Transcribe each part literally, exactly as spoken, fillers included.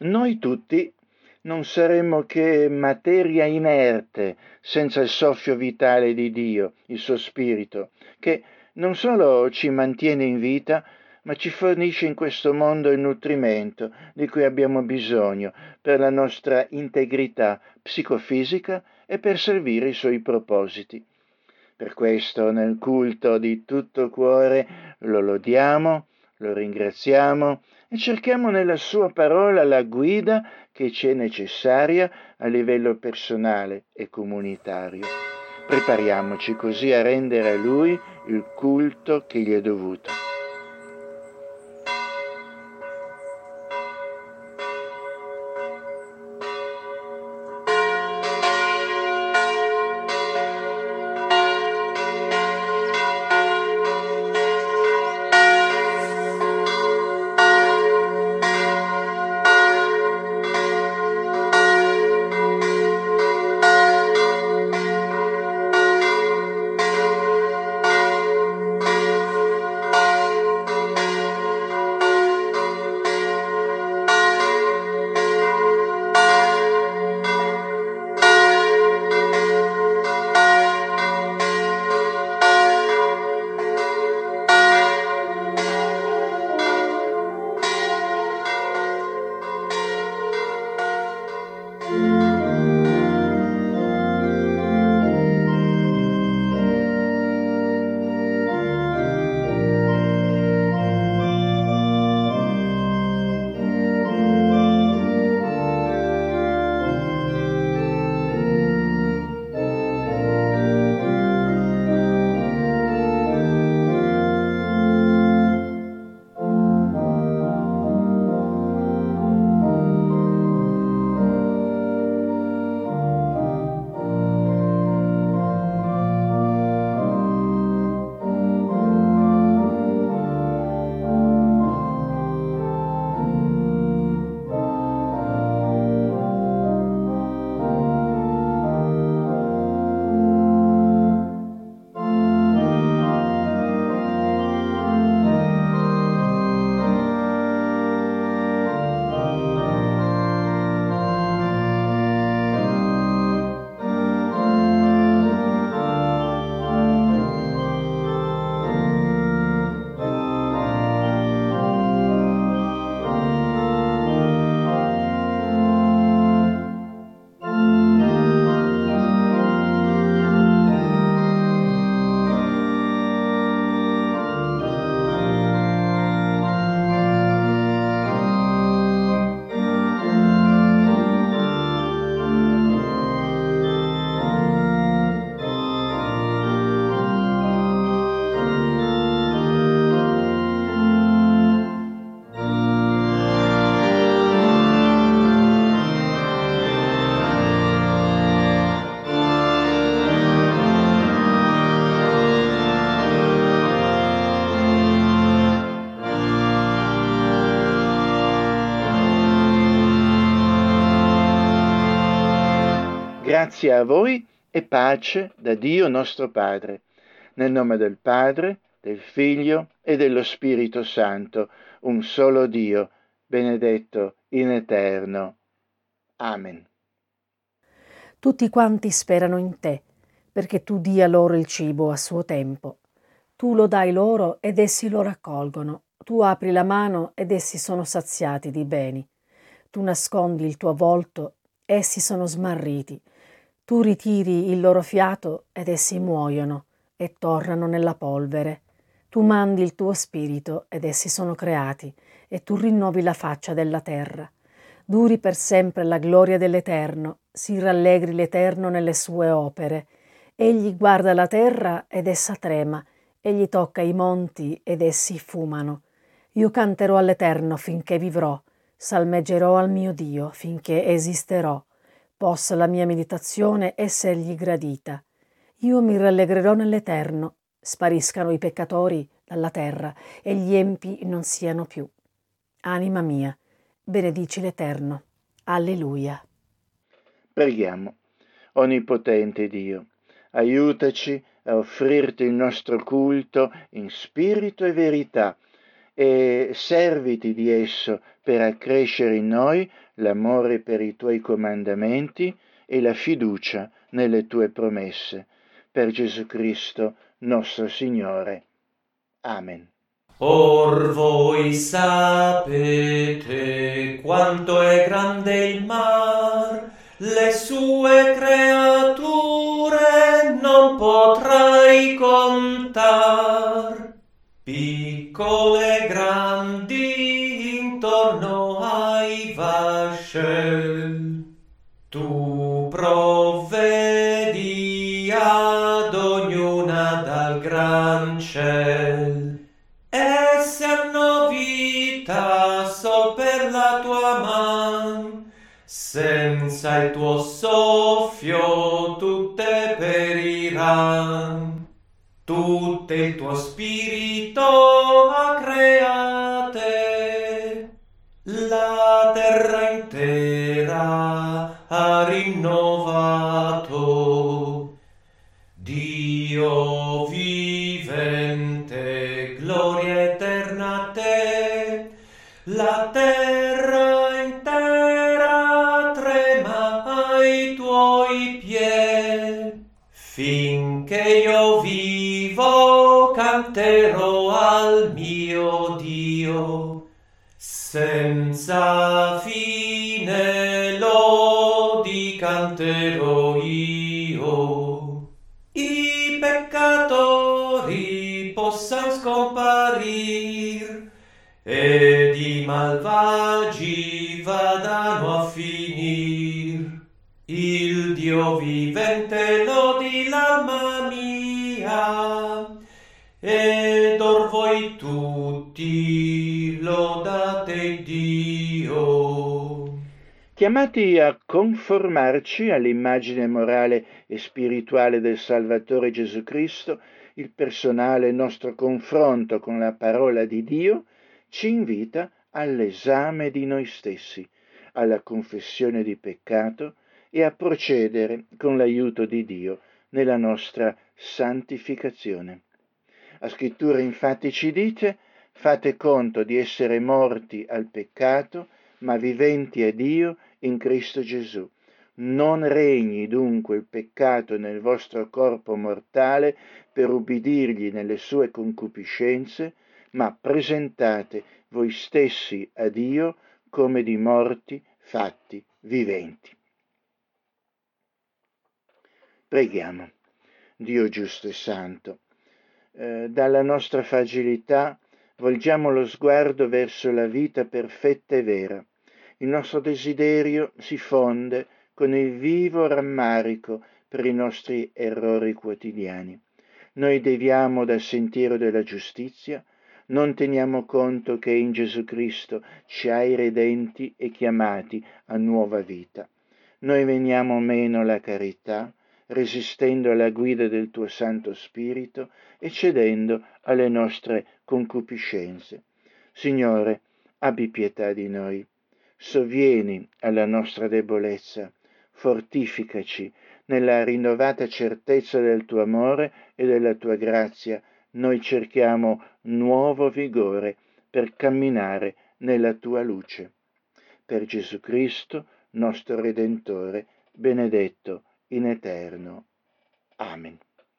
noi tutti non saremmo che materia inerte senza il soffio vitale di Dio, il suo spirito, che non solo ci mantiene in vita, ma ci fornisce in questo mondo il nutrimento di cui abbiamo bisogno per la nostra integrità psicofisica e per servire i suoi propositi. Per questo nel culto di tutto cuore lo lodiamo, lo ringraziamo e cerchiamo nella sua parola la guida che ci è necessaria a livello personale e comunitario. Prepariamoci così a rendere a Lui il culto che gli è dovuto. Grazie a voi e pace da Dio nostro Padre, nel nome del Padre, del Figlio e dello Spirito Santo, un solo Dio, benedetto in eterno. Amen. Tutti quanti sperano in te, perché tu dia loro il cibo a suo tempo. Tu lo dai loro ed essi lo raccolgono. Tu apri la mano ed essi sono saziati di beni. Tu nascondi il tuo volto, essi sono smarriti. Tu ritiri il loro fiato ed essi muoiono e tornano nella polvere. Tu mandi il tuo spirito ed essi sono creati, e tu rinnovi la faccia della terra. Duri per sempre la gloria dell'Eterno, si rallegri l'Eterno nelle sue opere. Egli guarda la terra ed essa trema, egli tocca i monti ed essi fumano. Io canterò all'Eterno finché vivrò, salmeggerò al mio Dio finché esisterò. Possa la mia meditazione essergli gradita. Io mi rallegrerò nell'Eterno, spariscano i peccatori dalla terra e gli empi non siano più. Anima mia, benedici l'Eterno. Alleluia. Preghiamo. Onnipotente Dio, aiutaci a offrirti il nostro culto in spirito e verità e serviti di esso per accrescere in noi l'amore per i tuoi comandamenti e la fiducia nelle tue promesse. Per Gesù Cristo nostro Signore. Amen. Or voi sapete quanto è grande il mar, le sue creature non potrai contar. Piccole e grandi intorno ai vascelli, tu provvedi ad ognuna dal gran ciel. Esse hanno vita sol per la tua man, senza il tuo soffio tutte periran. Tutte il tuo spirito ha create, la terra intera ha rinnovato. Dio vivente, gloria eterna a te, la terra intera trema ai tuoi piedi. Finché io vivo canterò al mio Dio, senza fine lodi canterò io. I peccatori possan scomparir ed i malvagi vadano a finir. Il Dio vivente lodi l'alma mia, ed or voi tutti lodate Dio. Chiamati a conformarci all'immagine morale e spirituale del Salvatore Gesù Cristo, il personale nostro confronto con la parola di Dio ci invita all'esame di noi stessi, alla confessione di peccato e a procedere con l'aiuto di Dio nella nostra santificazione. La scrittura infatti ci dice: fate conto di essere morti al peccato, ma viventi a Dio in Cristo Gesù. Non regni dunque il peccato nel vostro corpo mortale per ubbidirgli nelle sue concupiscenze, ma presentate voi stessi a Dio come di morti fatti viventi. Preghiamo. Dio giusto e santo, eh, dalla nostra fragilità volgiamo lo sguardo verso la vita perfetta e vera. Il nostro desiderio si fonde con il vivo rammarico per i nostri errori quotidiani. Noi deviamo dal sentiero della giustizia, non teniamo conto che in Gesù Cristo ci hai redenti e chiamati a nuova vita. Noi veniamo meno la carità, resistendo alla guida del tuo Santo Spirito e cedendo alle nostre concupiscenze. Signore, abbi pietà di noi, sovvieni alla nostra debolezza, fortificaci nella rinnovata certezza del tuo amore e della tua grazia. Noi cerchiamo nuovo vigore per camminare nella tua luce. Per Gesù Cristo, nostro Redentore, benedetto in eterno. Amen.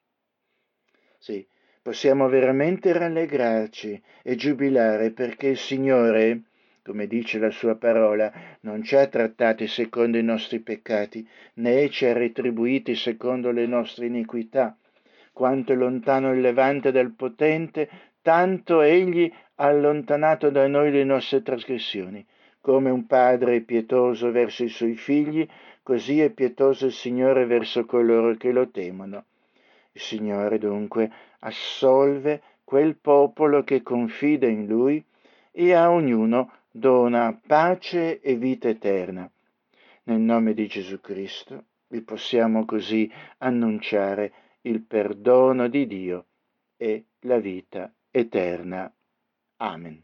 Sì, possiamo veramente rallegrarci e giubilare perché il Signore, come dice la sua parola, non ci ha trattati secondo i nostri peccati, né ci ha retribuiti secondo le nostre iniquità. Quanto è lontano il Levante dal Potente, tanto egli ha allontanato da noi le nostre trasgressioni. Come un padre è pietoso verso i suoi figli, così è pietoso il Signore verso coloro che lo temono. Il Signore dunque assolve quel popolo che confida in Lui e a ognuno dona pace e vita eterna. Nel nome di Gesù Cristo vi possiamo così annunciare il perdono di Dio e la vita eterna. Amen.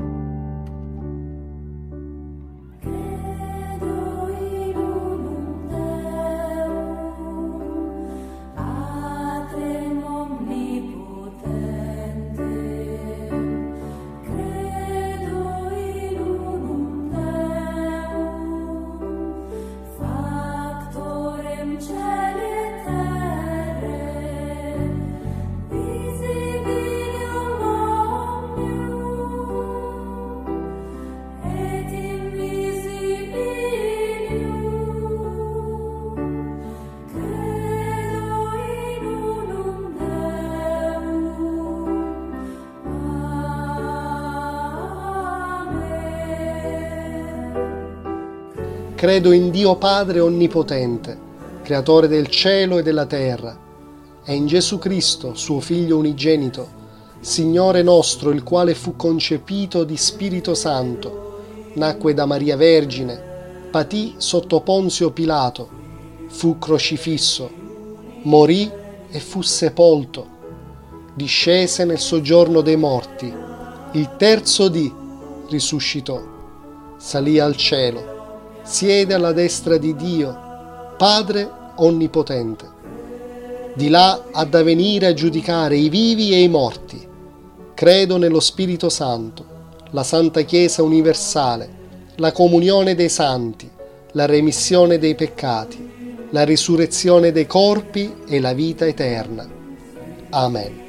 Credo in unum Credo in Dio Padre Onnipotente, Creatore del cielo e della terra, e in Gesù Cristo, suo Figlio unigenito, Signore nostro, il quale fu concepito di Spirito Santo, nacque da Maria Vergine, patì sotto Ponzio Pilato, fu crocifisso, morì e fu sepolto, discese nel soggiorno dei morti, il terzo dì risuscitò, salì al cielo, siede alla destra di Dio, Padre Onnipotente. Di là ha da venire a giudicare i vivi e i morti. Credo nello Spirito Santo, la Santa Chiesa universale, la comunione dei santi, la remissione dei peccati, la risurrezione dei corpi e la vita eterna. Amen.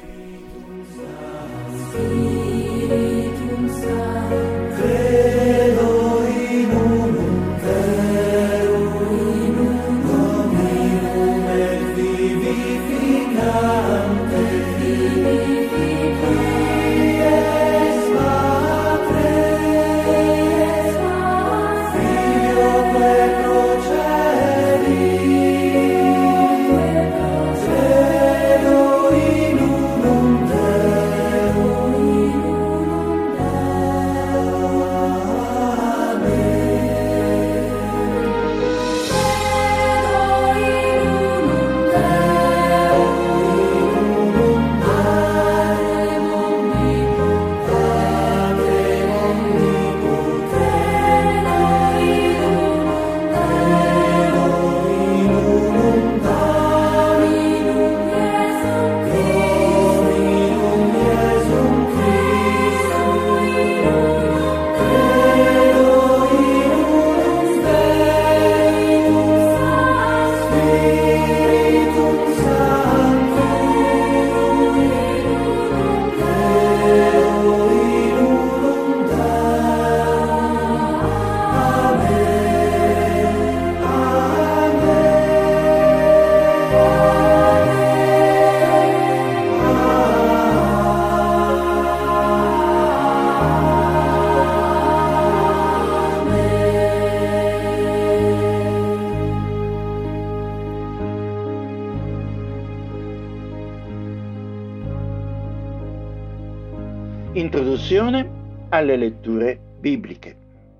Introduzione alle letture bibliche.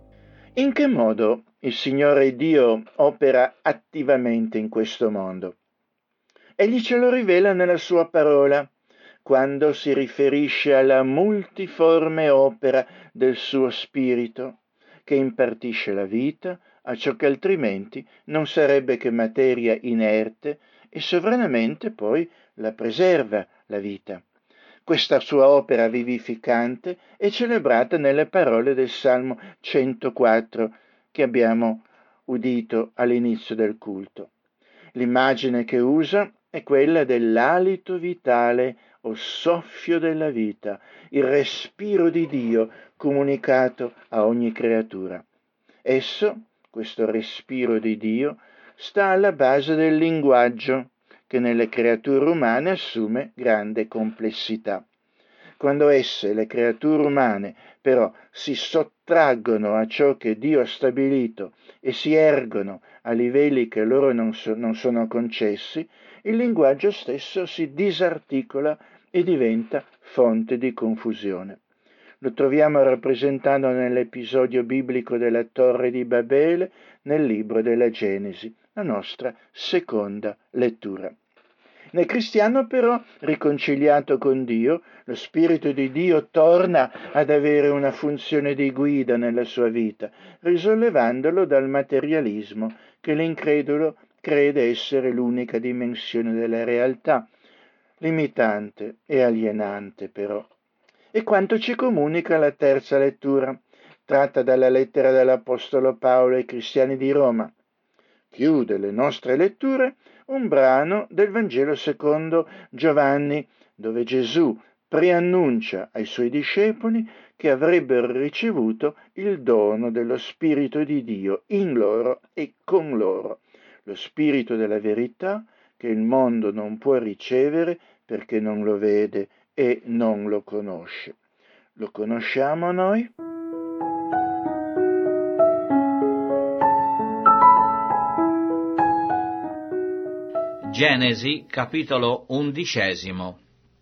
In che modo il Signore Dio opera attivamente in questo mondo? Egli ce lo rivela nella sua parola, quando si riferisce alla multiforme opera del suo Spirito, che impartisce la vita a ciò che altrimenti non sarebbe che materia inerte e sovranamente poi la preserva la vita. Questa sua opera vivificante è celebrata nelle parole del Salmo centoquattro che abbiamo udito all'inizio del culto. L'immagine che usa è quella dell'alito vitale o soffio della vita, il respiro di Dio comunicato a ogni creatura. Esso, questo respiro di Dio, sta alla base del linguaggio, che nelle creature umane assume grande complessità. Quando esse, le creature umane, però si sottraggono a ciò che Dio ha stabilito e si ergono a livelli che loro non, so, non sono concessi, il linguaggio stesso si disarticola e diventa fonte di confusione. Lo troviamo rappresentato nell'episodio biblico della Torre di Babele nel libro della Genesi, la nostra seconda lettura. Nel cristiano però, riconciliato con Dio, lo Spirito di Dio torna ad avere una funzione di guida nella sua vita, risollevandolo dal materialismo che l'incredulo crede essere l'unica dimensione della realtà, limitante e alienante però. E quanto ci comunica la terza lettura, tratta dalla lettera dell'Apostolo Paolo ai cristiani di Roma. Chiude le nostre letture un brano del Vangelo secondo Giovanni, dove Gesù preannuncia ai suoi discepoli che avrebbero ricevuto il dono dello Spirito di Dio in loro e con loro, lo Spirito della verità che il mondo non può ricevere perché non lo vede e non lo conosce. Lo conosciamo noi? Genesi capitolo undicesimo.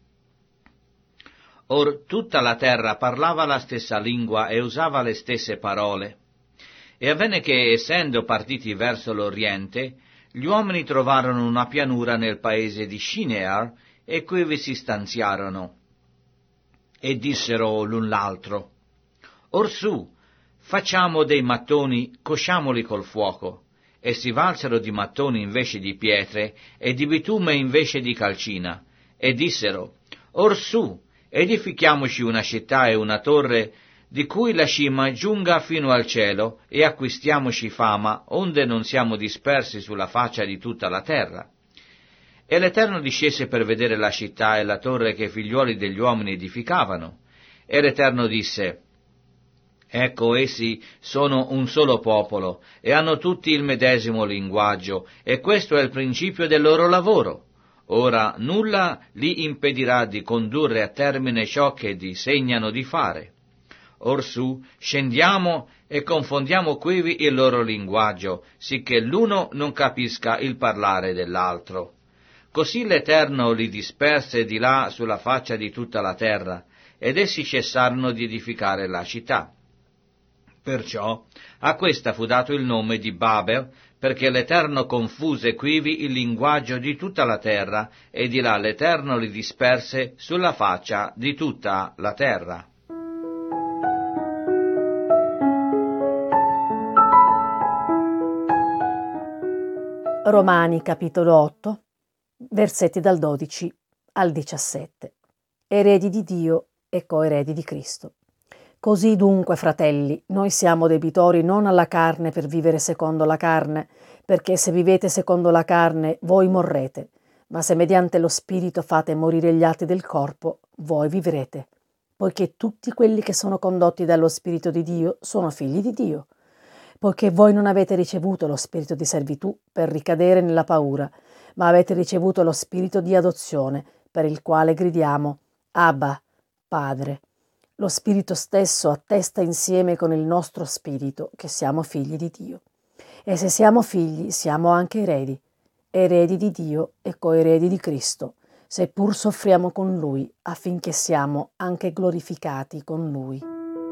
Or tutta la terra parlava la stessa lingua e usava le stesse parole. E avvenne che, essendo partiti verso l'oriente, gli uomini trovarono una pianura nel paese di Shinear, e quivi si stanziarono. E dissero l'un l'altro: Orsù, facciamo dei mattoni, cosciamoli col fuoco. E si valsero di mattoni invece di pietre, e di bitume invece di calcina, e dissero: Orsù, edifichiamoci una città e una torre, di cui la cima giunga fino al cielo, e acquistiamoci fama, onde non siamo dispersi sulla faccia di tutta la terra. E l'Eterno discese per vedere la città e la torre che i figliuoli degli uomini edificavano. E l'Eterno disse: Ecco, essi sono un solo popolo, e hanno tutti il medesimo linguaggio, e questo è il principio del loro lavoro. Ora nulla li impedirà di condurre a termine ciò che disegnano di fare. Orsù, scendiamo e confondiamo quivi il loro linguaggio, sicché l'uno non capisca il parlare dell'altro. Così l'Eterno li disperse di là sulla faccia di tutta la terra, ed essi cessarono di edificare la città. Perciò a questa fu dato il nome di Babel, perché l'Eterno confuse quivi il linguaggio di tutta la terra, e di là l'Eterno li disperse sulla faccia di tutta la terra. Romani capitolo otto, versetti dal dodici al diciassette. Eredi di Dio e coeredi di Cristo. Così dunque, fratelli, noi siamo debitori non alla carne per vivere secondo la carne, perché se vivete secondo la carne voi morrete, ma se mediante lo Spirito fate morire gli atti del corpo, voi vivrete, poiché tutti quelli che sono condotti dallo Spirito di Dio sono figli di Dio. Poiché voi non avete ricevuto lo spirito di servitù per ricadere nella paura, ma avete ricevuto lo spirito di adozione, per il quale gridiamo: Abba, Padre. Lo Spirito stesso attesta insieme con il nostro spirito che siamo figli di Dio. E se siamo figli, siamo anche eredi, eredi di Dio e coeredi di Cristo, seppur soffriamo con Lui, affinché siamo anche glorificati con Lui.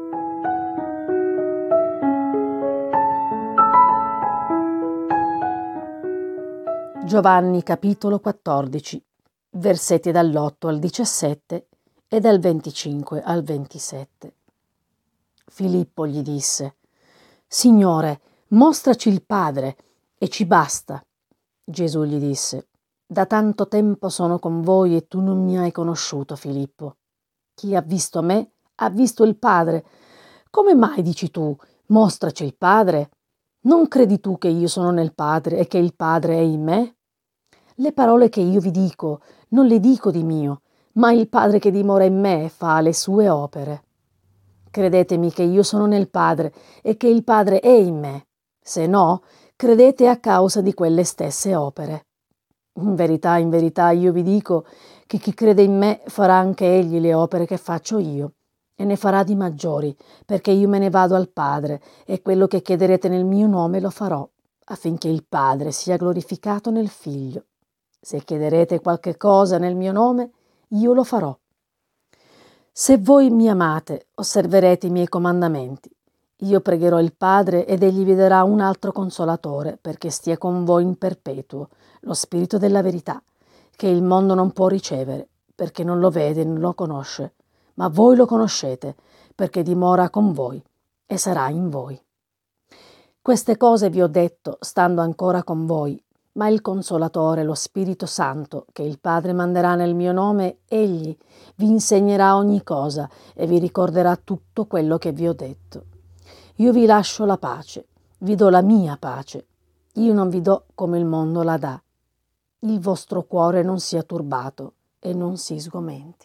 Giovanni capitolo quattordici, versetti dall'otto al diciassette e dal venticinque al ventisette. Filippo gli disse: Signore, mostraci il Padre, e ci basta. Gesù gli disse: Da tanto tempo sono con voi e tu non mi hai conosciuto, Filippo. Chi ha visto me ha visto il Padre. Come mai dici tu: mostraci il Padre? Non credi tu che io sono nel Padre e che il Padre è in me? Le parole che io vi dico non le dico di mio, ma il Padre che dimora in me fa le sue opere. Credetemi che io sono nel Padre e che il Padre è in me. Se no, credete a causa di quelle stesse opere. In verità, in verità, io vi dico che chi crede in me farà anche egli le opere che faccio io, e ne farà di maggiori, perché io me ne vado al Padre, e quello che chiederete nel mio nome lo farò, affinché il Padre sia glorificato nel Figlio. Se chiederete qualche cosa nel mio nome, io lo farò. Se voi mi amate, osserverete i miei comandamenti. Io pregherò il Padre ed egli vi darà un altro consolatore, perché stia con voi in perpetuo, lo Spirito della verità, che il mondo non può ricevere, perché non lo vede e non lo conosce, ma voi lo conoscete, perché dimora con voi e sarà in voi. Queste cose vi ho detto, stando ancora con voi, ma il Consolatore, lo Spirito Santo, che il Padre manderà nel mio nome, egli vi insegnerà ogni cosa e vi ricorderà tutto quello che vi ho detto. Io vi lascio la pace, vi do la mia pace. Io non vi do come il mondo la dà. Il vostro cuore non sia turbato e non si sgomenti.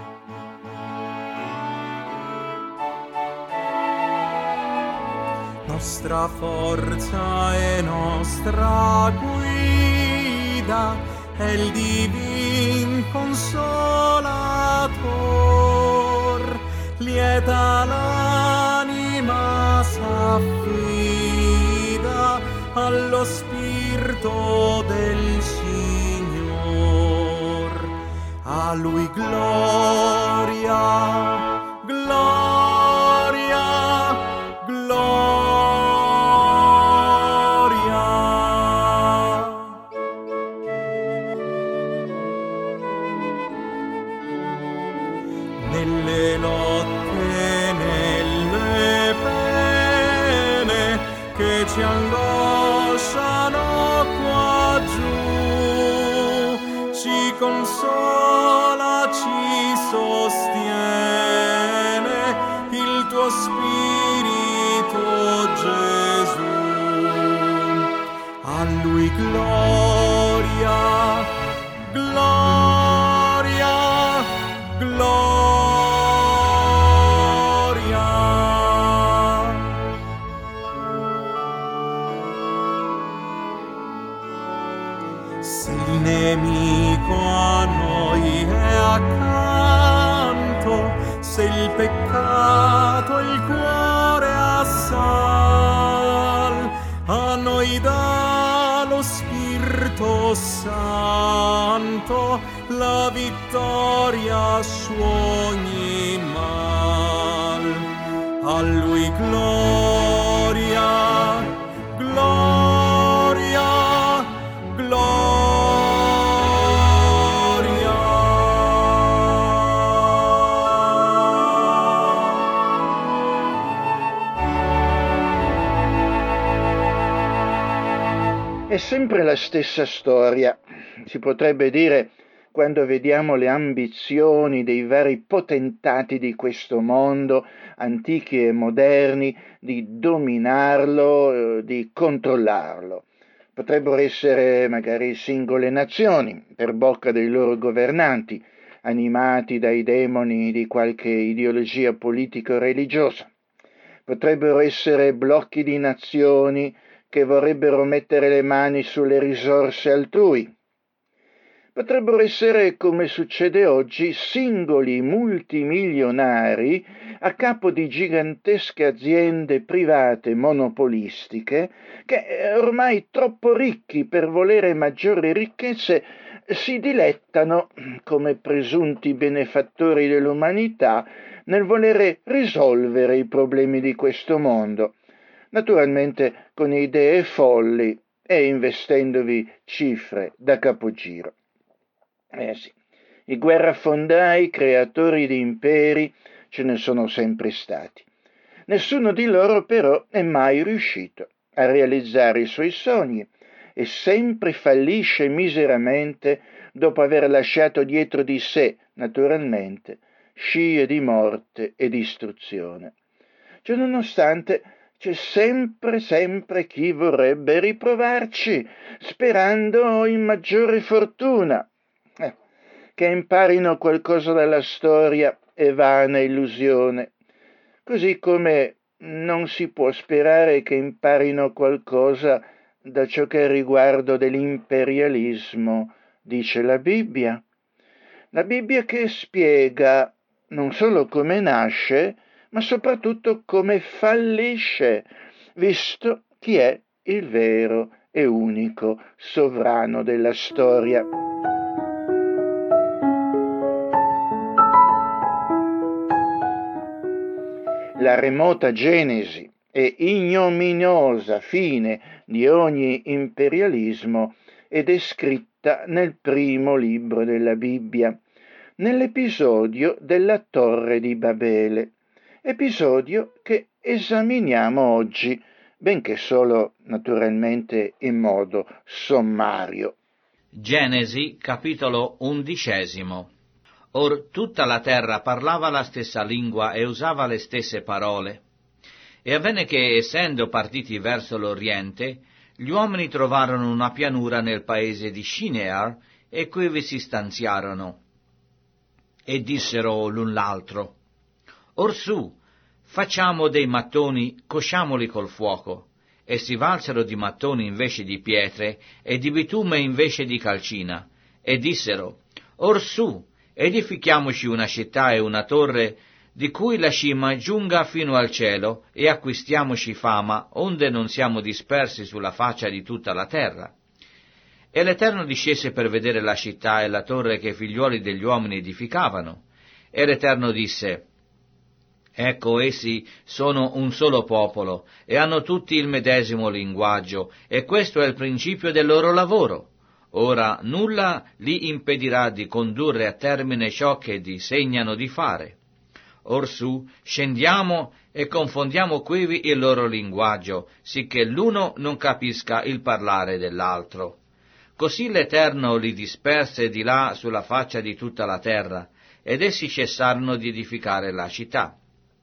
Nostra forza e nostra guida è il Divin Consolator, lieta l'anima s'affida allo Spirito del Signore. A lui gloria, gloria, gloria. Nelle lotte, nelle pene che ci angosciano qua giù, ci consola, ci sostiene il tuo Spirito Gesù. A lui gloria, gloria, gloria. Se il nemico a noi è accanto, se il peccato il cuore assal, a noi dà lo Spirito Santo la vittoria su ogni mal. A lui gloria, gloria, gloria. È sempre la stessa storia, si potrebbe dire, quando vediamo le ambizioni dei vari potentati di questo mondo, antichi e moderni, di dominarlo, eh, di controllarlo. Potrebbero essere magari singole nazioni, per bocca dei loro governanti, animati dai demoni di qualche ideologia politico-religiosa. Potrebbero essere blocchi di nazioni che vorrebbero mettere le mani sulle risorse altrui. Potrebbero essere, come succede oggi, singoli multimilionari a capo di gigantesche aziende private monopolistiche che, ormai troppo ricchi per volere maggiori ricchezze, si dilettano, come presunti benefattori dell'umanità, nel volere risolvere i problemi di questo mondo, naturalmente con idee folli e investendovi cifre da capogiro. Eh sì, i guerrafondai, creatori di imperi, ce ne sono sempre stati. Nessuno di loro però è mai riuscito a realizzare i suoi sogni e sempre fallisce miseramente dopo aver lasciato dietro di sé, naturalmente, scie di morte e distruzione. Ciononostante, c'è sempre, sempre chi vorrebbe riprovarci, sperando in maggiore fortuna. Eh, che imparino qualcosa dalla storia è vana illusione, così come non si può sperare che imparino qualcosa da ciò che è riguardo dell'imperialismo, dice la Bibbia. La Bibbia che spiega non solo come nasce, ma soprattutto come fallisce, visto chi è il vero e unico sovrano della storia. La remota genesi e ignominiosa fine di ogni imperialismo è descritta nel primo libro della Bibbia, nell'episodio della Torre di Babele, episodio che esaminiamo oggi, benché solo naturalmente in modo sommario. Genesi, capitolo undicesimo. Or tutta la terra parlava la stessa lingua e usava le stesse parole. E avvenne che, essendo partiti verso l'oriente, gli uomini trovarono una pianura nel paese di Shinear, e quivi si stanziarono. E dissero l'un l'altro: Orsù, facciamo dei mattoni, cosciamoli col fuoco. E si valsero di mattoni invece di pietre, e di bitume invece di calcina. E dissero: Orsù, edifichiamoci una città e una torre, di cui la cima giunga fino al cielo, e acquistiamoci fama, onde non siamo dispersi sulla faccia di tutta la terra. E l'Eterno discese per vedere la città e la torre che i figliuoli degli uomini edificavano. E l'Eterno disse: Ecco, essi sono un solo popolo, e hanno tutti il medesimo linguaggio, e questo è il principio del loro lavoro. Ora nulla li impedirà di condurre a termine ciò che disegnano di fare. Orsù, scendiamo e confondiamo quivi il loro linguaggio, sicché l'uno non capisca il parlare dell'altro. Così l'Eterno li disperse di là sulla faccia di tutta la terra, ed essi cessarono di edificare la città.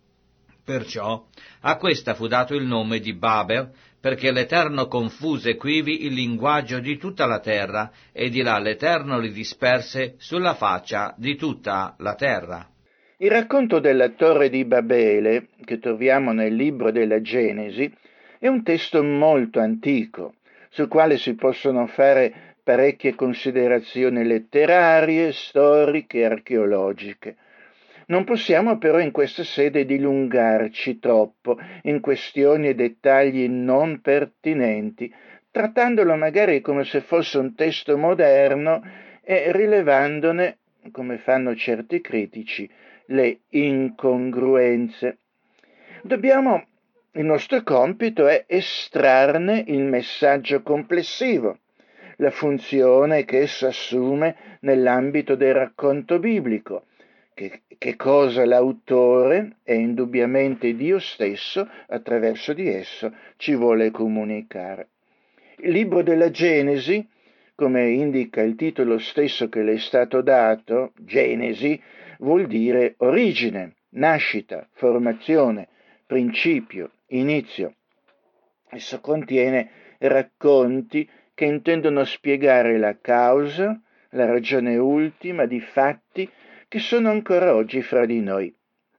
Perciò a questa fu dato il nome di Babel, perché l'Eterno confuse quivi il linguaggio di tutta la terra, e di là l'Eterno li disperse sulla faccia di tutta la terra. Il racconto della Torre di Babele, che troviamo nel libro della Genesi, è un testo molto antico, sul quale si possono fare parecchie considerazioni letterarie, storiche e archeologiche. Non possiamo però in questa sede dilungarci troppo in questioni e dettagli non pertinenti, trattandolo magari come se fosse un testo moderno e rilevandone, come fanno certi critici, le incongruenze. Dobbiamo, il nostro compito è estrarne il messaggio complessivo, la funzione che esso assume nell'ambito del racconto biblico, che, che cosa l'autore, e indubbiamente Dio stesso, attraverso di esso, ci vuole comunicare. Il libro della Genesi, come indica il titolo stesso che le è stato dato, Genesi, vuol dire origine, nascita, formazione, principio, inizio. Esso contiene racconti che intendono spiegare la causa, la ragione ultima di fatti che sono ancora oggi fra di noi.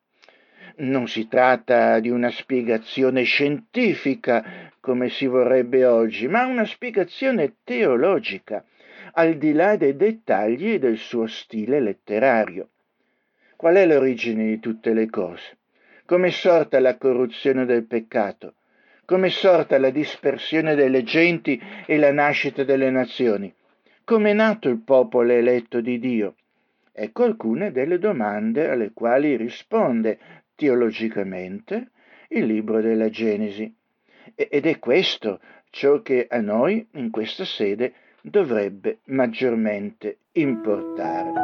Non si tratta di una spiegazione scientifica, come si vorrebbe oggi, ma una spiegazione teologica, al di là dei dettagli e del suo stile letterario. Qual è l'origine di tutte le cose? Come è sorta la corruzione del peccato? Come è sorta la dispersione delle genti e la nascita delle nazioni? Come è nato il popolo eletto di Dio? Ecco alcune delle domande alle quali risponde teologicamente il libro della Genesi. Ed è questo ciò che a noi in questa sede dovrebbe maggiormente importare.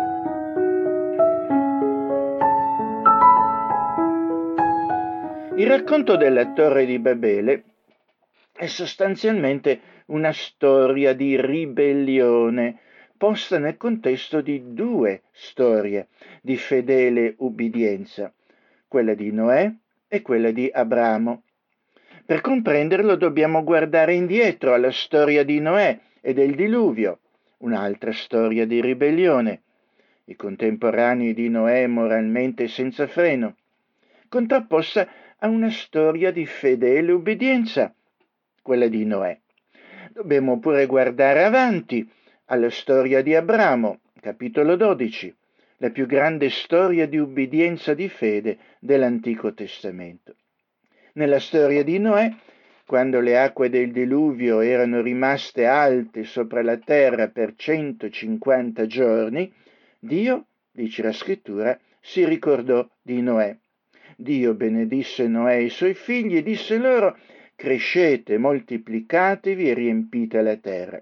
Il racconto della Torre di Babele è sostanzialmente una storia di ribellione posta nel contesto di due storie di fedele ubbidienza, quella di Noè e quella di Abramo. Per comprenderlo dobbiamo guardare indietro alla storia di Noè e del diluvio, un'altra storia di ribellione, i contemporanei di Noè moralmente senza freno, contrapposta a una storia di fedele ubbidienza, quella di Noè. Dobbiamo pure guardare avanti alla storia di Abramo, capitolo dodici, la più grande storia di ubbidienza di fede dell'Antico Testamento. Nella storia di Noè, quando le acque del diluvio erano rimaste alte sopra la terra per centocinquanta giorni, Dio, dice la scrittura, si ricordò di Noè. Dio benedisse Noè e i suoi figli e disse loro: crescete, moltiplicatevi e riempite la terra.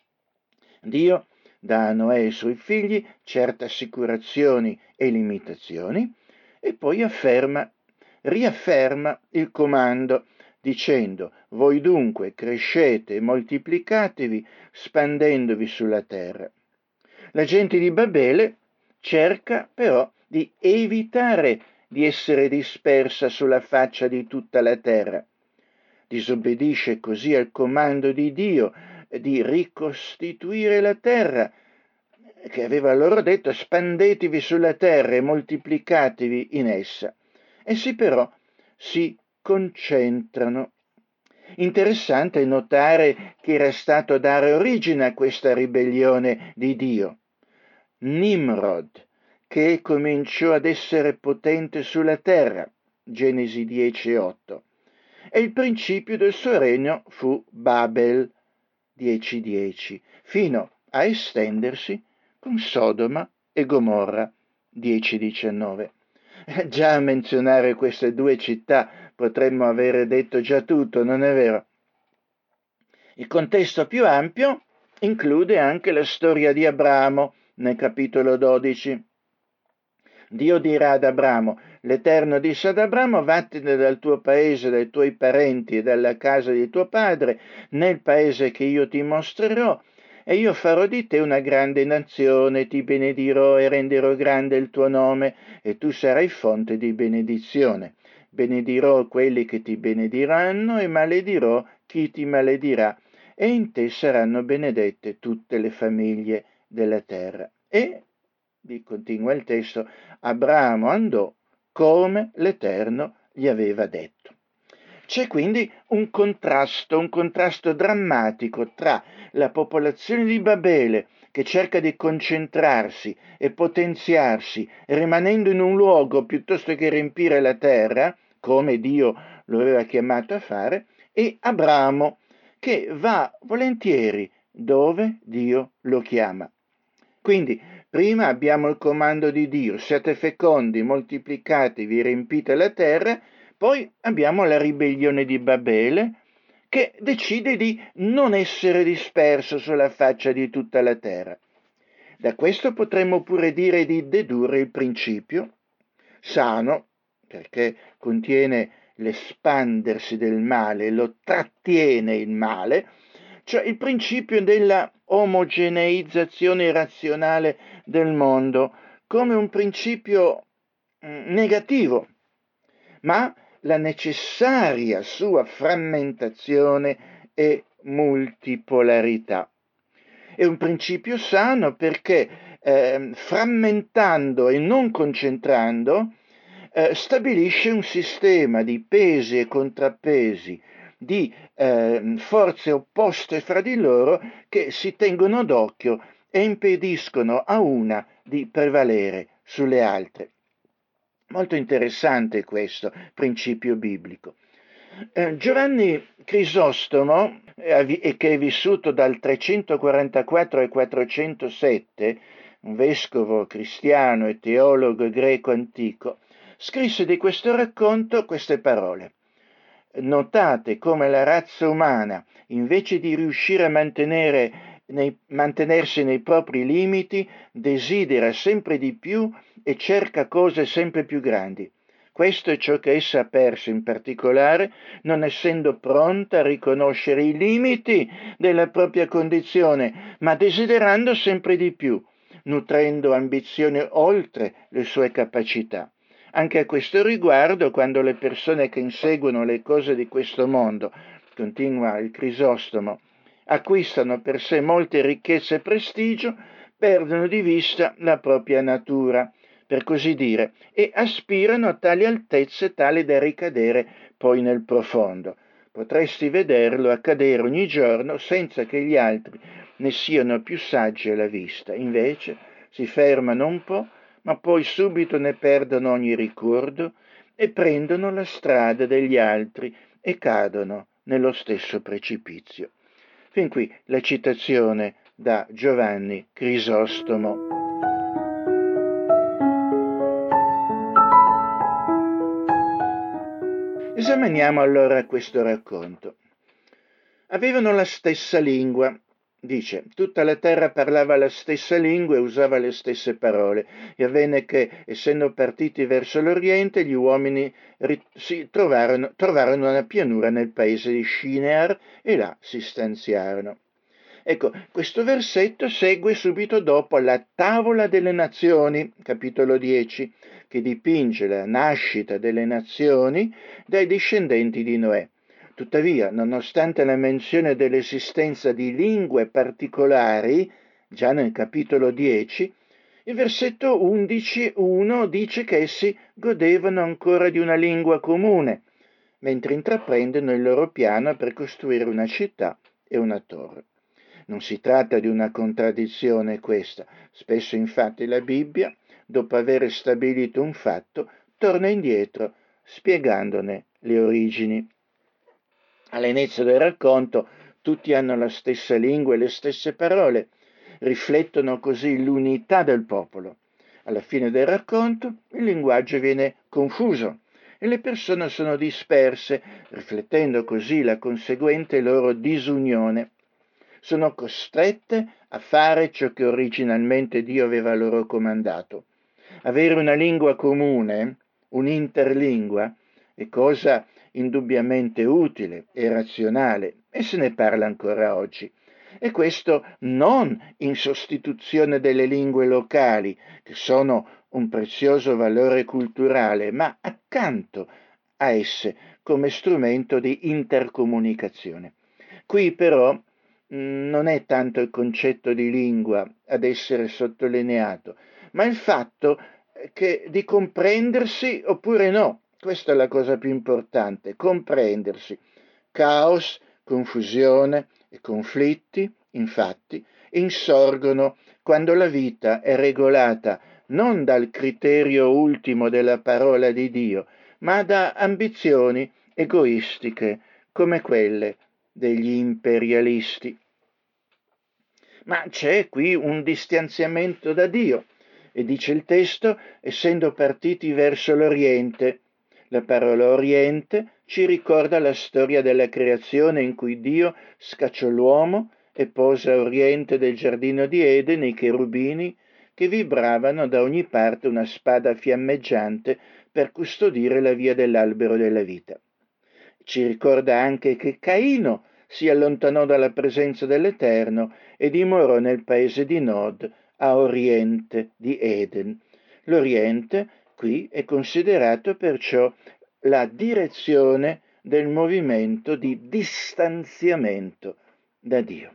Dio dà a Noè e ai suoi figli certe assicurazioni e limitazioni e poi afferma, riafferma il comando dicendo: voi dunque crescete e moltiplicatevi spandendovi sulla terra. La gente di Babele cerca però di evitare di essere dispersa sulla faccia di tutta la terra. Disobbedisce così al comando di Dio di ricostituire la terra, che aveva loro detto: spandetevi sulla terra e moltiplicatevi in essa. Essi però si concentrano. Interessante notare che era stato a dare origine a questa ribellione di Dio. Nimrod, che cominciò ad essere potente sulla terra, Genesi dieci otto, e il principio del suo regno fu Babel, dieci dieci, fino a estendersi con Sodoma e Gomorra dieci diciannove. Già a menzionare queste due città potremmo avere detto già tutto, non è vero? Il contesto più ampio include anche la storia di Abramo nel capitolo dodici. Dio dirà ad Abramo: l'Eterno disse ad Abramo: vattene dal tuo paese, dai tuoi parenti e dalla casa di tuo padre, nel paese che io ti mostrerò, e io farò di te una grande nazione, ti benedirò e renderò grande il tuo nome, e tu sarai fonte di benedizione. Benedirò quelli che ti benediranno e maledirò chi ti maledirà, e in te saranno benedette tutte le famiglie della terra. E, continua il testo, Abramo andò come l'Eterno gli aveva detto. C'è quindi un contrasto, un contrasto drammatico tra la popolazione di Babele, che cerca di concentrarsi e potenziarsi, rimanendo in un luogo piuttosto che riempire la terra, come Dio lo aveva chiamato a fare, e Abramo, che va volentieri dove Dio lo chiama. Quindi, prima abbiamo il comando di Dio: siate fecondi, moltiplicatevi, riempite la terra. Poi abbiamo la ribellione di Babele, che decide di non essere disperso sulla faccia di tutta la terra. Da questo potremmo pure dire di dedurre il principio sano, perché contiene l'espandersi del male, lo trattiene il male, cioè il principio della omogeneizzazione razionale del mondo come un principio mh, negativo, ma la necessaria sua frammentazione e multipolarità. È un principio sano perché eh, frammentando e non concentrando eh, stabilisce un sistema di pesi e contrappesi, di eh, forze opposte fra di loro che si tengono d'occhio e impediscono a una di prevalere sulle altre. Molto interessante questo principio biblico. Eh, Giovanni Crisostomo, eh, che è vissuto dal trecentoquarantaquattro al quattrocentosette, un vescovo cristiano e teologo greco antico, scrisse di questo racconto queste parole: notate come la razza umana, invece di riuscire a mantenere nei, mantenersi nei propri limiti, desidera sempre di più e cerca cose sempre più grandi. Questo è ciò che essa ha perso, in particolare non essendo pronta a riconoscere i limiti della propria condizione, ma desiderando sempre di più, nutrendo ambizione oltre le sue capacità. Anche a questo riguardo, quando le persone che inseguono le cose di questo mondo, continua il Crisostomo, acquistano per sé molte ricchezze e prestigio, perdono di vista la propria natura, per così dire, e aspirano a tali altezze tali da ricadere poi nel profondo. Potresti vederlo accadere ogni giorno senza che gli altri ne siano più saggi alla vista. Invece si fermano un po', ma poi subito ne perdono ogni ricordo e prendono la strada degli altri e cadono nello stesso precipizio. Fin qui la citazione da Giovanni Crisostomo. Esaminiamo allora questo racconto. Avevano la stessa lingua. Dice, tutta la terra parlava la stessa lingua e usava le stesse parole, e avvenne che, essendo partiti verso l'oriente, gli uomini ri- si trovarono, trovarono una pianura nel paese di Shinear e là si stanziarono. Ecco, questo versetto segue subito dopo la tavola delle nazioni, capitolo dieci, che dipinge la nascita delle nazioni dai discendenti di Noè. Tuttavia, nonostante la menzione dell'esistenza di lingue particolari, già nel capitolo dieci, il versetto undici uno dice che essi godevano ancora di una lingua comune, mentre intraprendono il loro piano per costruire una città e una torre. Non si tratta di una contraddizione questa. Spesso infatti la Bibbia, dopo aver stabilito un fatto, torna indietro spiegandone le origini. All'inizio del racconto tutti hanno la stessa lingua e le stesse parole, riflettono così l'unità del popolo. Alla fine del racconto il linguaggio viene confuso e le persone sono disperse, riflettendo così la conseguente loro disunione. Sono costrette a fare ciò che originalmente Dio aveva loro comandato. Avere una lingua comune, un'interlingua, è cosa indubbiamente utile e razionale, e se ne parla ancora oggi. E questo non in sostituzione delle lingue locali, che sono un prezioso valore culturale, ma accanto a esse come strumento di intercomunicazione. Qui però mh, non è tanto il concetto di lingua ad essere sottolineato, ma il fatto che di comprendersi oppure no. Questa è la cosa più importante, comprendersi. Caos, confusione e conflitti, infatti, insorgono quando la vita è regolata non dal criterio ultimo della parola di Dio, ma da ambizioni egoistiche come quelle degli imperialisti. Ma c'è qui un distanziamento da Dio, e dice il testo, essendo partiti verso l'Oriente. La parola Oriente ci ricorda la storia della creazione in cui Dio scacciò l'uomo e pose a oriente del giardino di Eden i cherubini che vibravano da ogni parte una spada fiammeggiante per custodire la via dell'albero della vita. Ci ricorda anche che Caino si allontanò dalla presenza dell'Eterno e dimorò nel paese di Nod, a oriente di Eden. L'Oriente qui è considerato perciò la direzione del movimento di distanziamento da Dio.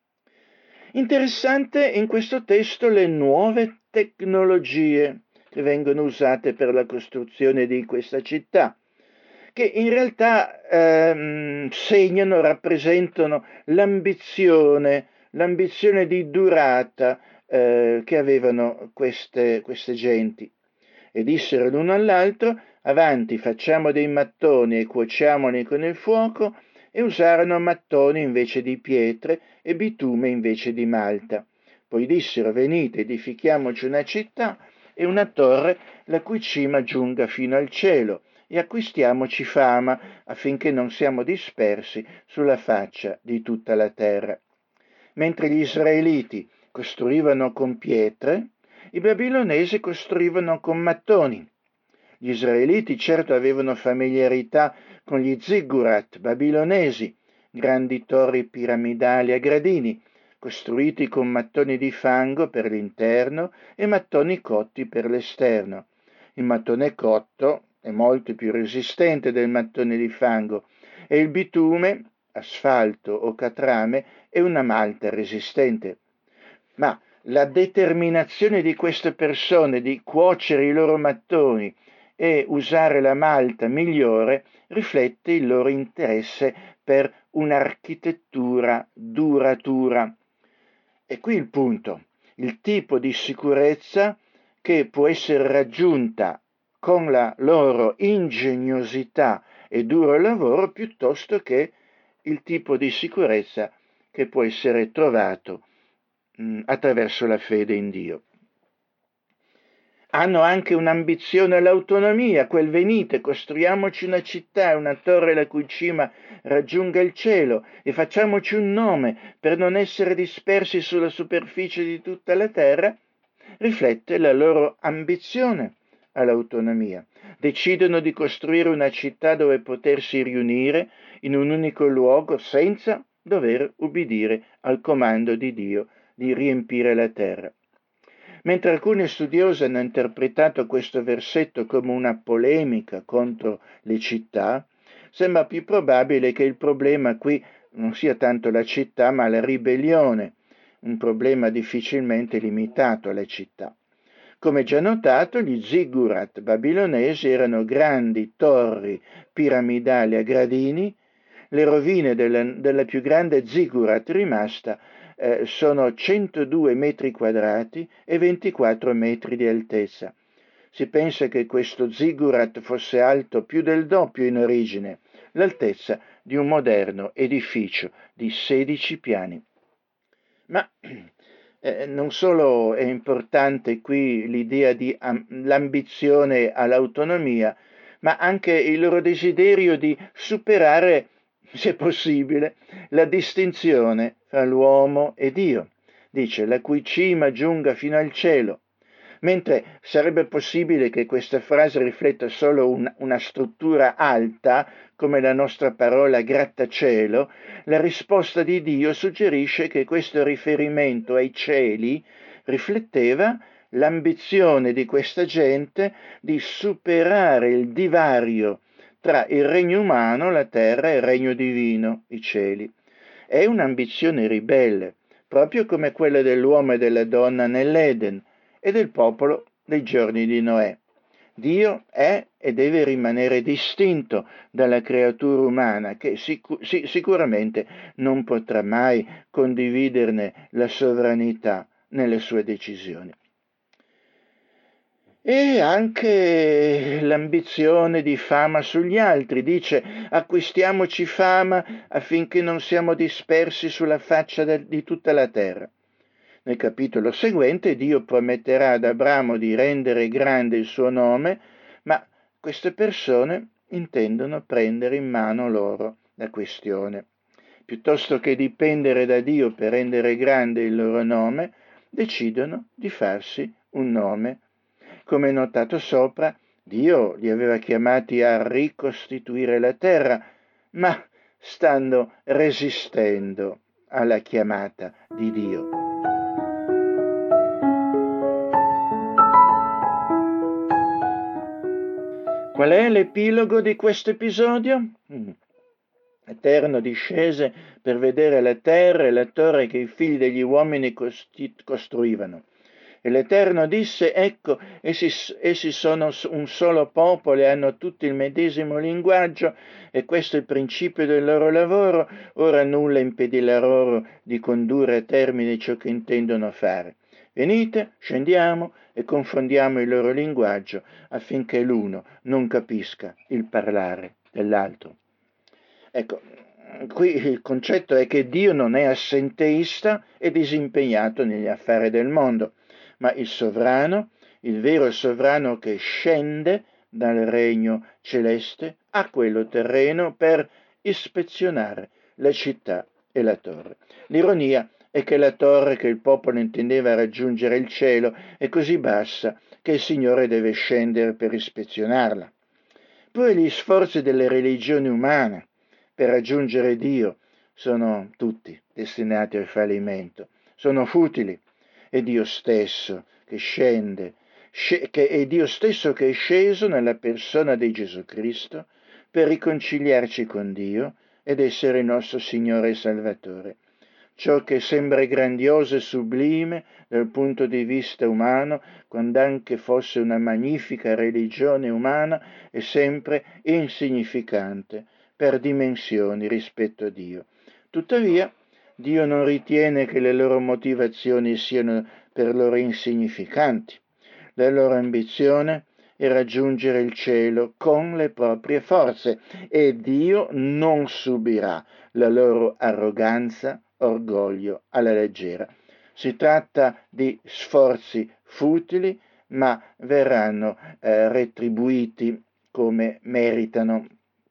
Interessante in questo testo le nuove tecnologie che vengono usate per la costruzione di questa città, che in realtà ehm, segnano, rappresentano l'ambizione, l'ambizione di durata eh, che avevano queste, queste genti. E dissero l'uno all'altro: avanti, facciamo dei mattoni e cuociamoli con il fuoco, e usarono mattoni invece di pietre e bitume invece di malta. Poi dissero: venite, edifichiamoci una città e una torre la cui cima giunga fino al cielo, e acquistiamoci fama affinché non siamo dispersi sulla faccia di tutta la terra. Mentre gli israeliti costruivano con pietre, i babilonesi costruivano con mattoni. Gli israeliti certo avevano familiarità con gli ziggurat babilonesi, grandi torri piramidali a gradini, costruiti con mattoni di fango per l'interno e mattoni cotti per l'esterno. Il mattone cotto è molto più resistente del mattone di fango e il bitume, asfalto o catrame, è una malta resistente. Ma la determinazione di queste persone di cuocere i loro mattoni e usare la malta migliore riflette il loro interesse per un'architettura duratura. E qui il punto, il tipo di sicurezza che può essere raggiunta con la loro ingegnosità e duro lavoro piuttosto che il tipo di sicurezza che può essere trovato mh, attraverso la fede in Dio. Hanno anche un'ambizione all'autonomia, quel venite, costruiamoci una città, una torre la cui cima raggiunga il cielo e facciamoci un nome per non essere dispersi sulla superficie di tutta la terra, riflette la loro ambizione all'autonomia. Decidono di costruire una città dove potersi riunire in un unico luogo senza dover ubbidire al comando di Dio di riempire la terra. Mentre alcuni studiosi hanno interpretato questo versetto come una polemica contro le città, sembra più probabile che il problema qui non sia tanto la città, ma la ribellione, un problema difficilmente limitato alle città. Come già notato, gli ziggurat babilonesi erano grandi torri piramidali a gradini. Le rovine della, della più grande ziggurat rimasta eh, sono centodue metri quadrati e ventiquattro metri di altezza. Si pensa che questo ziggurat fosse alto più del doppio in origine. L'altezza di un moderno edificio di sedici piani. Ma eh, non solo è importante qui l'idea di um, l'ambizione all'autonomia, ma anche il loro desiderio di superare, se possibile, la distinzione fra l'uomo e Dio. Dice, la cui cima giunga fino al cielo. Mentre sarebbe possibile che questa frase rifletta solo un, una struttura alta, come la nostra parola grattacielo, la risposta di Dio suggerisce che questo riferimento ai cieli rifletteva l'ambizione di questa gente di superare il divario tra il regno umano, la terra, e il regno divino, i cieli. È un'ambizione ribelle, proprio come quella dell'uomo e della donna nell'Eden e del popolo dei giorni di Noè. Dio è e deve rimanere distinto dalla creatura umana, che sic- sì, sicuramente non potrà mai condividerne la sovranità nelle sue decisioni. E anche l'ambizione di fama sugli altri. Dice, acquistiamoci fama affinché non siamo dispersi sulla faccia de- di tutta la terra. Nel capitolo seguente Dio prometterà ad Abramo di rendere grande il suo nome, ma queste persone intendono prendere in mano loro la questione. Piuttosto che dipendere da Dio per rendere grande il loro nome, decidono di farsi un nome. Come notato sopra, Dio li aveva chiamati a ricostituire la terra, ma stanno resistendo alla chiamata di Dio. Qual è l'epilogo di questo episodio? Mm. L'Eterno discese per vedere la terra e la torre che i figli degli uomini costi- costruivano. E l'Eterno disse, ecco, essi, essi sono un solo popolo e hanno tutti il medesimo linguaggio, e questo è il principio del loro lavoro, ora nulla impedirà loro di condurre a termine ciò che intendono fare. Venite, scendiamo e confondiamo il loro linguaggio, affinché l'uno non capisca il parlare dell'altro. Ecco, qui il concetto è che Dio non è assenteista e disimpegnato negli affari del mondo, ma il sovrano, il vero sovrano che scende dal regno celeste a quello terreno per ispezionare la città e la torre. L'ironia è che la torre che il popolo intendeva raggiungere il cielo è così bassa che il Signore deve scendere per ispezionarla. Poi gli sforzi delle religioni umane per raggiungere Dio sono tutti destinati al fallimento, sono futili. È Dio stesso che scende, sc- che è Dio stesso che è sceso nella persona di Gesù Cristo per riconciliarci con Dio ed essere il nostro Signore e Salvatore. Ciò che sembra grandioso e sublime dal punto di vista umano, quando anche fosse una magnifica religione umana, è sempre insignificante per dimensioni rispetto a Dio. Tuttavia, Dio non ritiene che le loro motivazioni siano per loro insignificanti. La loro ambizione è raggiungere il cielo con le proprie forze e Dio non subirà la loro arroganza, orgoglio alla leggera. Si tratta di sforzi futili, ma verranno eh, retribuiti come meritano.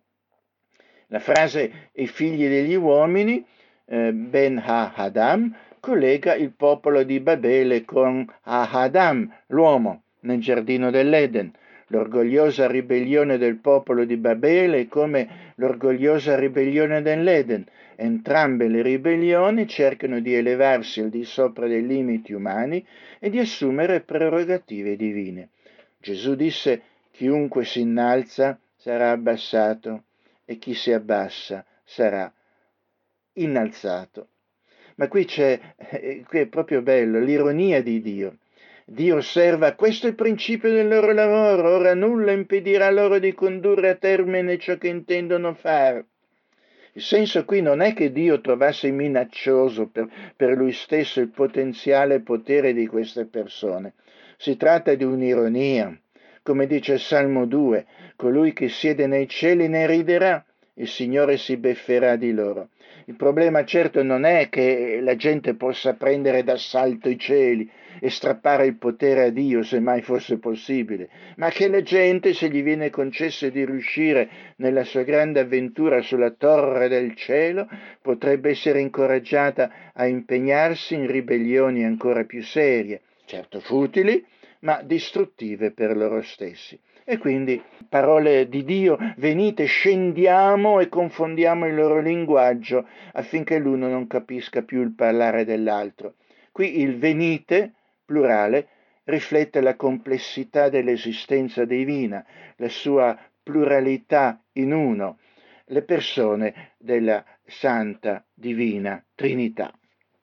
La frase i figli degli uomini, eh, Ben Ha-Adam, collega il popolo di Babele con Ha-Adam, l'uomo, nel giardino dell'Eden. L'orgogliosa ribellione del popolo di Babele è come l'orgogliosa ribellione dell'Eden. Entrambe le ribellioni cercano di elevarsi al di sopra dei limiti umani e di assumere prerogative divine. Gesù disse: chiunque si innalza sarà abbassato e chi si abbassa sarà innalzato. Ma qui c'è, eh, qui è proprio bello, l'ironia di Dio. Dio osserva, questo è il principio del loro lavoro, ora nulla impedirà loro di condurre a termine ciò che intendono fare. Il senso qui non è che Dio trovasse minaccioso per, per lui stesso il potenziale potere di queste persone. Si tratta di un'ironia. Come dice il Salmo due, colui che siede nei cieli ne riderà, il Signore si befferà di loro. Il problema certo non è che la gente possa prendere d'assalto i cieli e strappare il potere a Dio, se mai fosse possibile, ma che la gente, se gli viene concesso di riuscire nella sua grande avventura sulla torre del cielo, potrebbe essere incoraggiata a impegnarsi in ribellioni ancora più serie, certo futili, ma distruttive per loro stessi. E quindi, parole di Dio, venite, scendiamo e confondiamo il loro linguaggio affinché l'uno non capisca più il parlare dell'altro. Qui il venite, plurale, riflette la complessità dell'esistenza divina, la sua pluralità in uno, le persone della Santa Divina Trinità.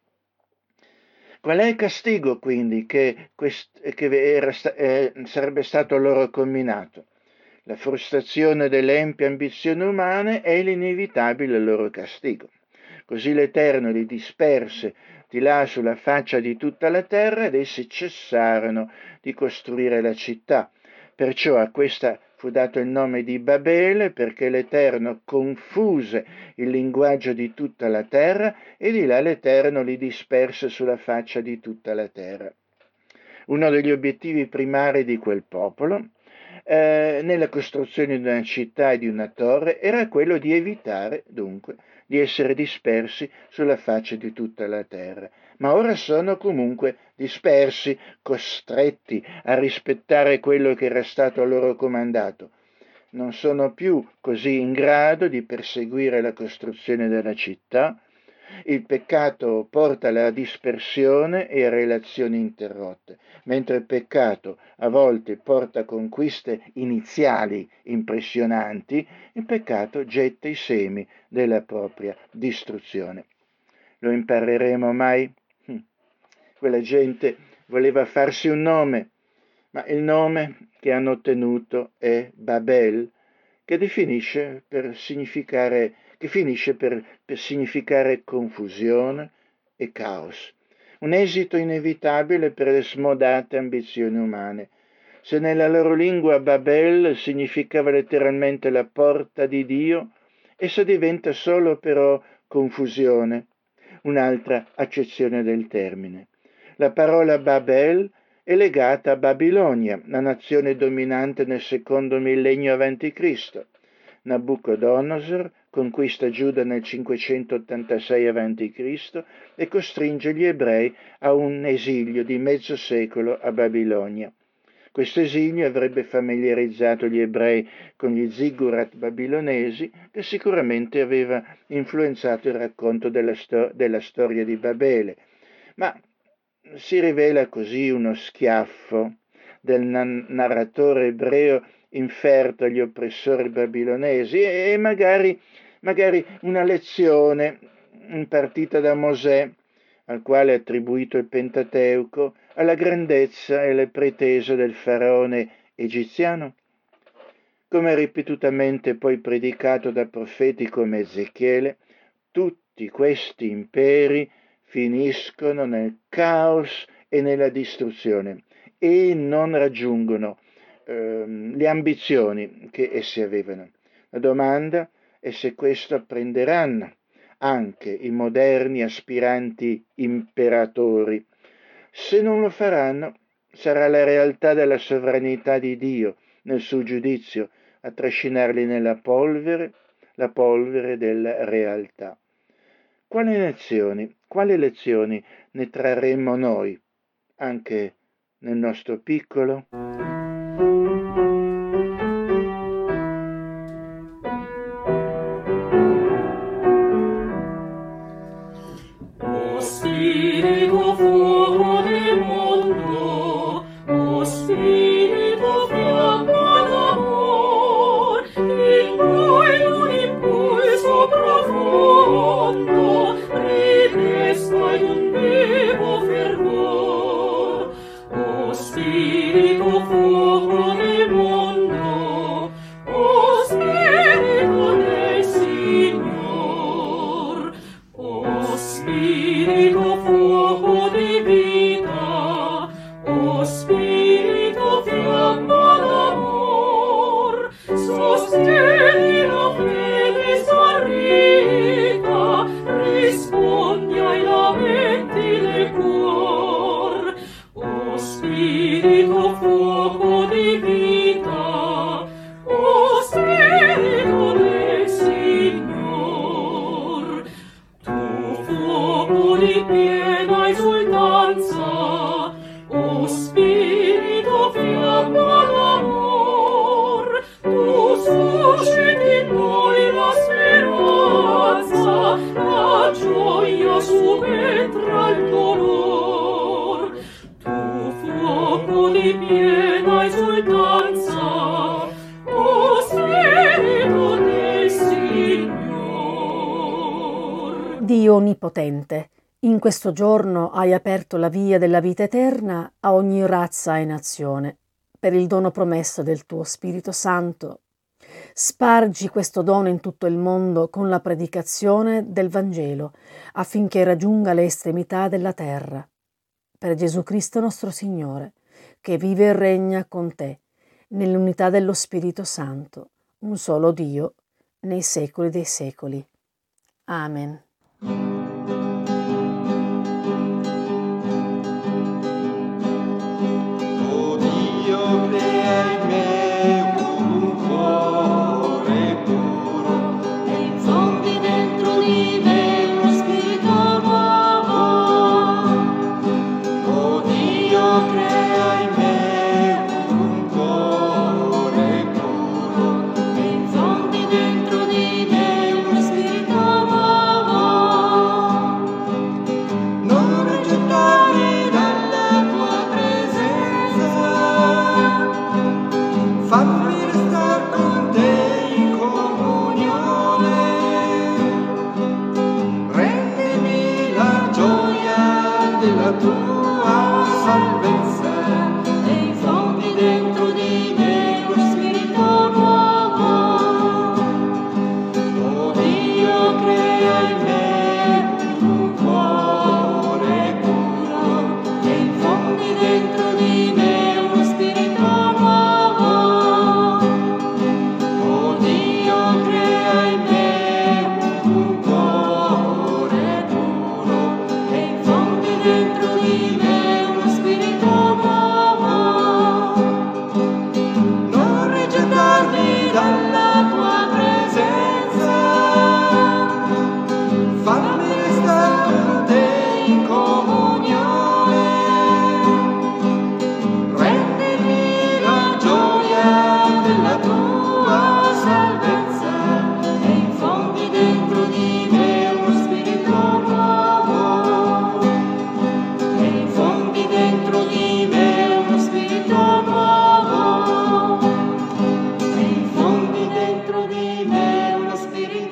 Qual è il castigo quindi che, quest- che era sta- eh, sarebbe stato loro comminato? La frustrazione delle empie ambizioni umane è l'inevitabile loro castigo. Così l'Eterno li disperse di là sulla faccia di tutta la terra ed essi cessarono di costruire la città. Perciò a questa fu dato il nome di Babele, perché l'Eterno confuse il linguaggio di tutta la terra e di là l'Eterno li disperse sulla faccia di tutta la terra. Uno degli obiettivi primari di quel popolo eh, nella costruzione di una città e di una torre era quello di evitare, dunque, di essere dispersi sulla faccia di tutta la terra. Ma ora sono comunque dispersi, costretti a rispettare quello che era stato loro comandato. Non sono più così in grado di perseguire la costruzione della città. Il peccato porta alla dispersione e a relazioni interrotte, mentre il peccato a volte porta a conquiste iniziali impressionanti, il peccato getta i semi della propria distruzione. Lo impareremo mai? Hm. Quella gente voleva farsi un nome, ma il nome che hanno ottenuto è Babel, che definisce per significare che finisce per, per significare confusione e caos, un esito inevitabile per le smodate ambizioni umane. Se nella loro lingua Babel significava letteralmente la porta di Dio, essa diventa solo però confusione, un'altra accezione del termine. La parola Babel è legata a Babilonia, la nazione dominante nel secondo millennio avanti Cristo. Nabucodonosor conquista Giuda nel cinquecentottantasei avanti Cristo e costringe gli ebrei a un esilio di mezzo secolo a Babilonia. Questo esilio avrebbe familiarizzato gli ebrei con gli ziggurat babilonesi, che sicuramente aveva influenzato il racconto della, sto- della storia di Babele, ma si rivela così uno schiaffo del nan- narratore ebreo inferto agli oppressori babilonesi e magari, magari una lezione impartita da Mosè, al quale è attribuito il Pentateuco, alla grandezza e alle pretese del faraone egiziano, come ripetutamente poi predicato da profeti come Ezechiele. Tutti questi imperi finiscono nel caos e nella distruzione e non raggiungono ehm, le ambizioni che essi avevano. La domanda è se questo apprenderanno anche i moderni aspiranti imperatori. Se non lo faranno, sarà la realtà della sovranità di Dio nel suo giudizio a trascinarli nella polvere, la polvere della realtà. Quali lezioni, quali lezioni ne trarremo noi, anche nel nostro piccolo? O Spirito fuoco del mondo, o Spirito fiamma d'amor, in noi un impulso profondo ridesta un vivo fervor. O Spirito fuoco di vita, o Spirito del Signor. Tu fuoco di piena esultanza, o Spirito fiamma d'amor, tu susciti in noi la speranza, la gioia subentra il dolor. Tu fuoco di piena esultanza, o Spirito del Signor. Dio Onnipotente, in questo giorno hai aperto la via della vita eterna a ogni razza e nazione. Per il dono promesso del tuo Spirito Santo, spargi questo dono in tutto il mondo con la predicazione del Vangelo, affinché raggiunga le estremità della terra. Per Gesù Cristo nostro Signore, che vive e regna con te, nell'unità dello Spirito Santo, un solo Dio, nei secoli dei secoli. Amen. O Dio, crea in me un cuore puro e infondi dentro di me uno spirito nuovo. O Dio, crea in me un cuore puro E infondi dentro di me uno spirito nuovo. non rigettarmi dalla tua presenza, fammi restare con te in comunione, rendimi la gioia della tua salvezza. E infondi dentro di me uno spirito nuovo. O Dio, crea in me un cuore puro E infondi dentro di me uno spirito nuovo. O Dio, crea in me un cuore puro E infondi dentro di me uno spirito nuovo. non rigettarmi dalla tua presenza, fammi restare con te in comunione, rendimi la gioia della tua salvezza. E infondi dentro di me uno spirito nuovo. E infondi dentro di me uno spirito nuovo. E infondi dentro di me uno spirito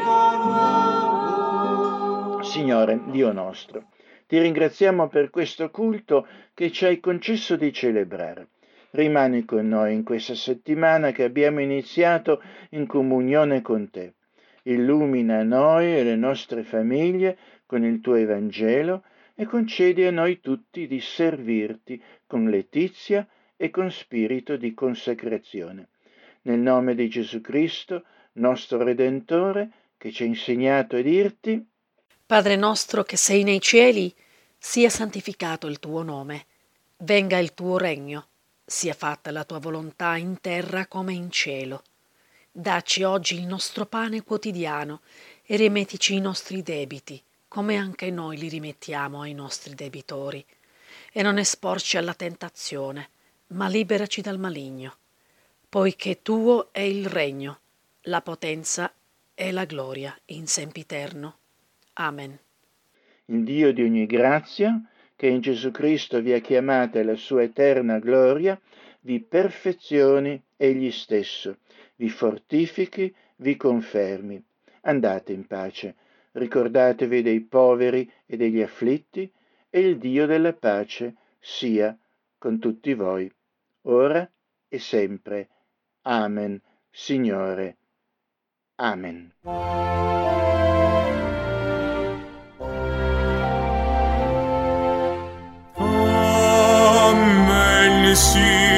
nuovo. Signore, Dio nostro, ti ringraziamo per questo culto che ci hai concesso di celebrare. Rimani con noi in questa settimana che abbiamo iniziato in comunione con te. Illumina noi e le nostre famiglie con il tuo Evangelo e concedi a noi tutti di servirti con letizia e con spirito di consacrazione. Nel nome di Gesù Cristo, nostro Redentore, che ci ha insegnato a dirti: Padre nostro che sei nei cieli, sia santificato il tuo nome. Venga il tuo regno. Sia fatta la tua volontà in terra come in cielo. Dacci oggi il nostro pane quotidiano e rimettici i nostri debiti, come anche noi li rimettiamo ai nostri debitori. E non esporci alla tentazione, ma liberaci dal maligno. Poiché tuo è il regno, la potenza e la gloria in sempiterno. Amen. Il Dio di ogni grazia, che in Gesù Cristo vi ha chiamati alla sua eterna gloria, vi perfezioni egli stesso, vi fortifichi, vi confermi. Andate in pace, ricordatevi dei poveri e degli afflitti, e il Dio della pace sia con tutti voi, ora e sempre. Amen, Signore. Amen. Amen, Signore.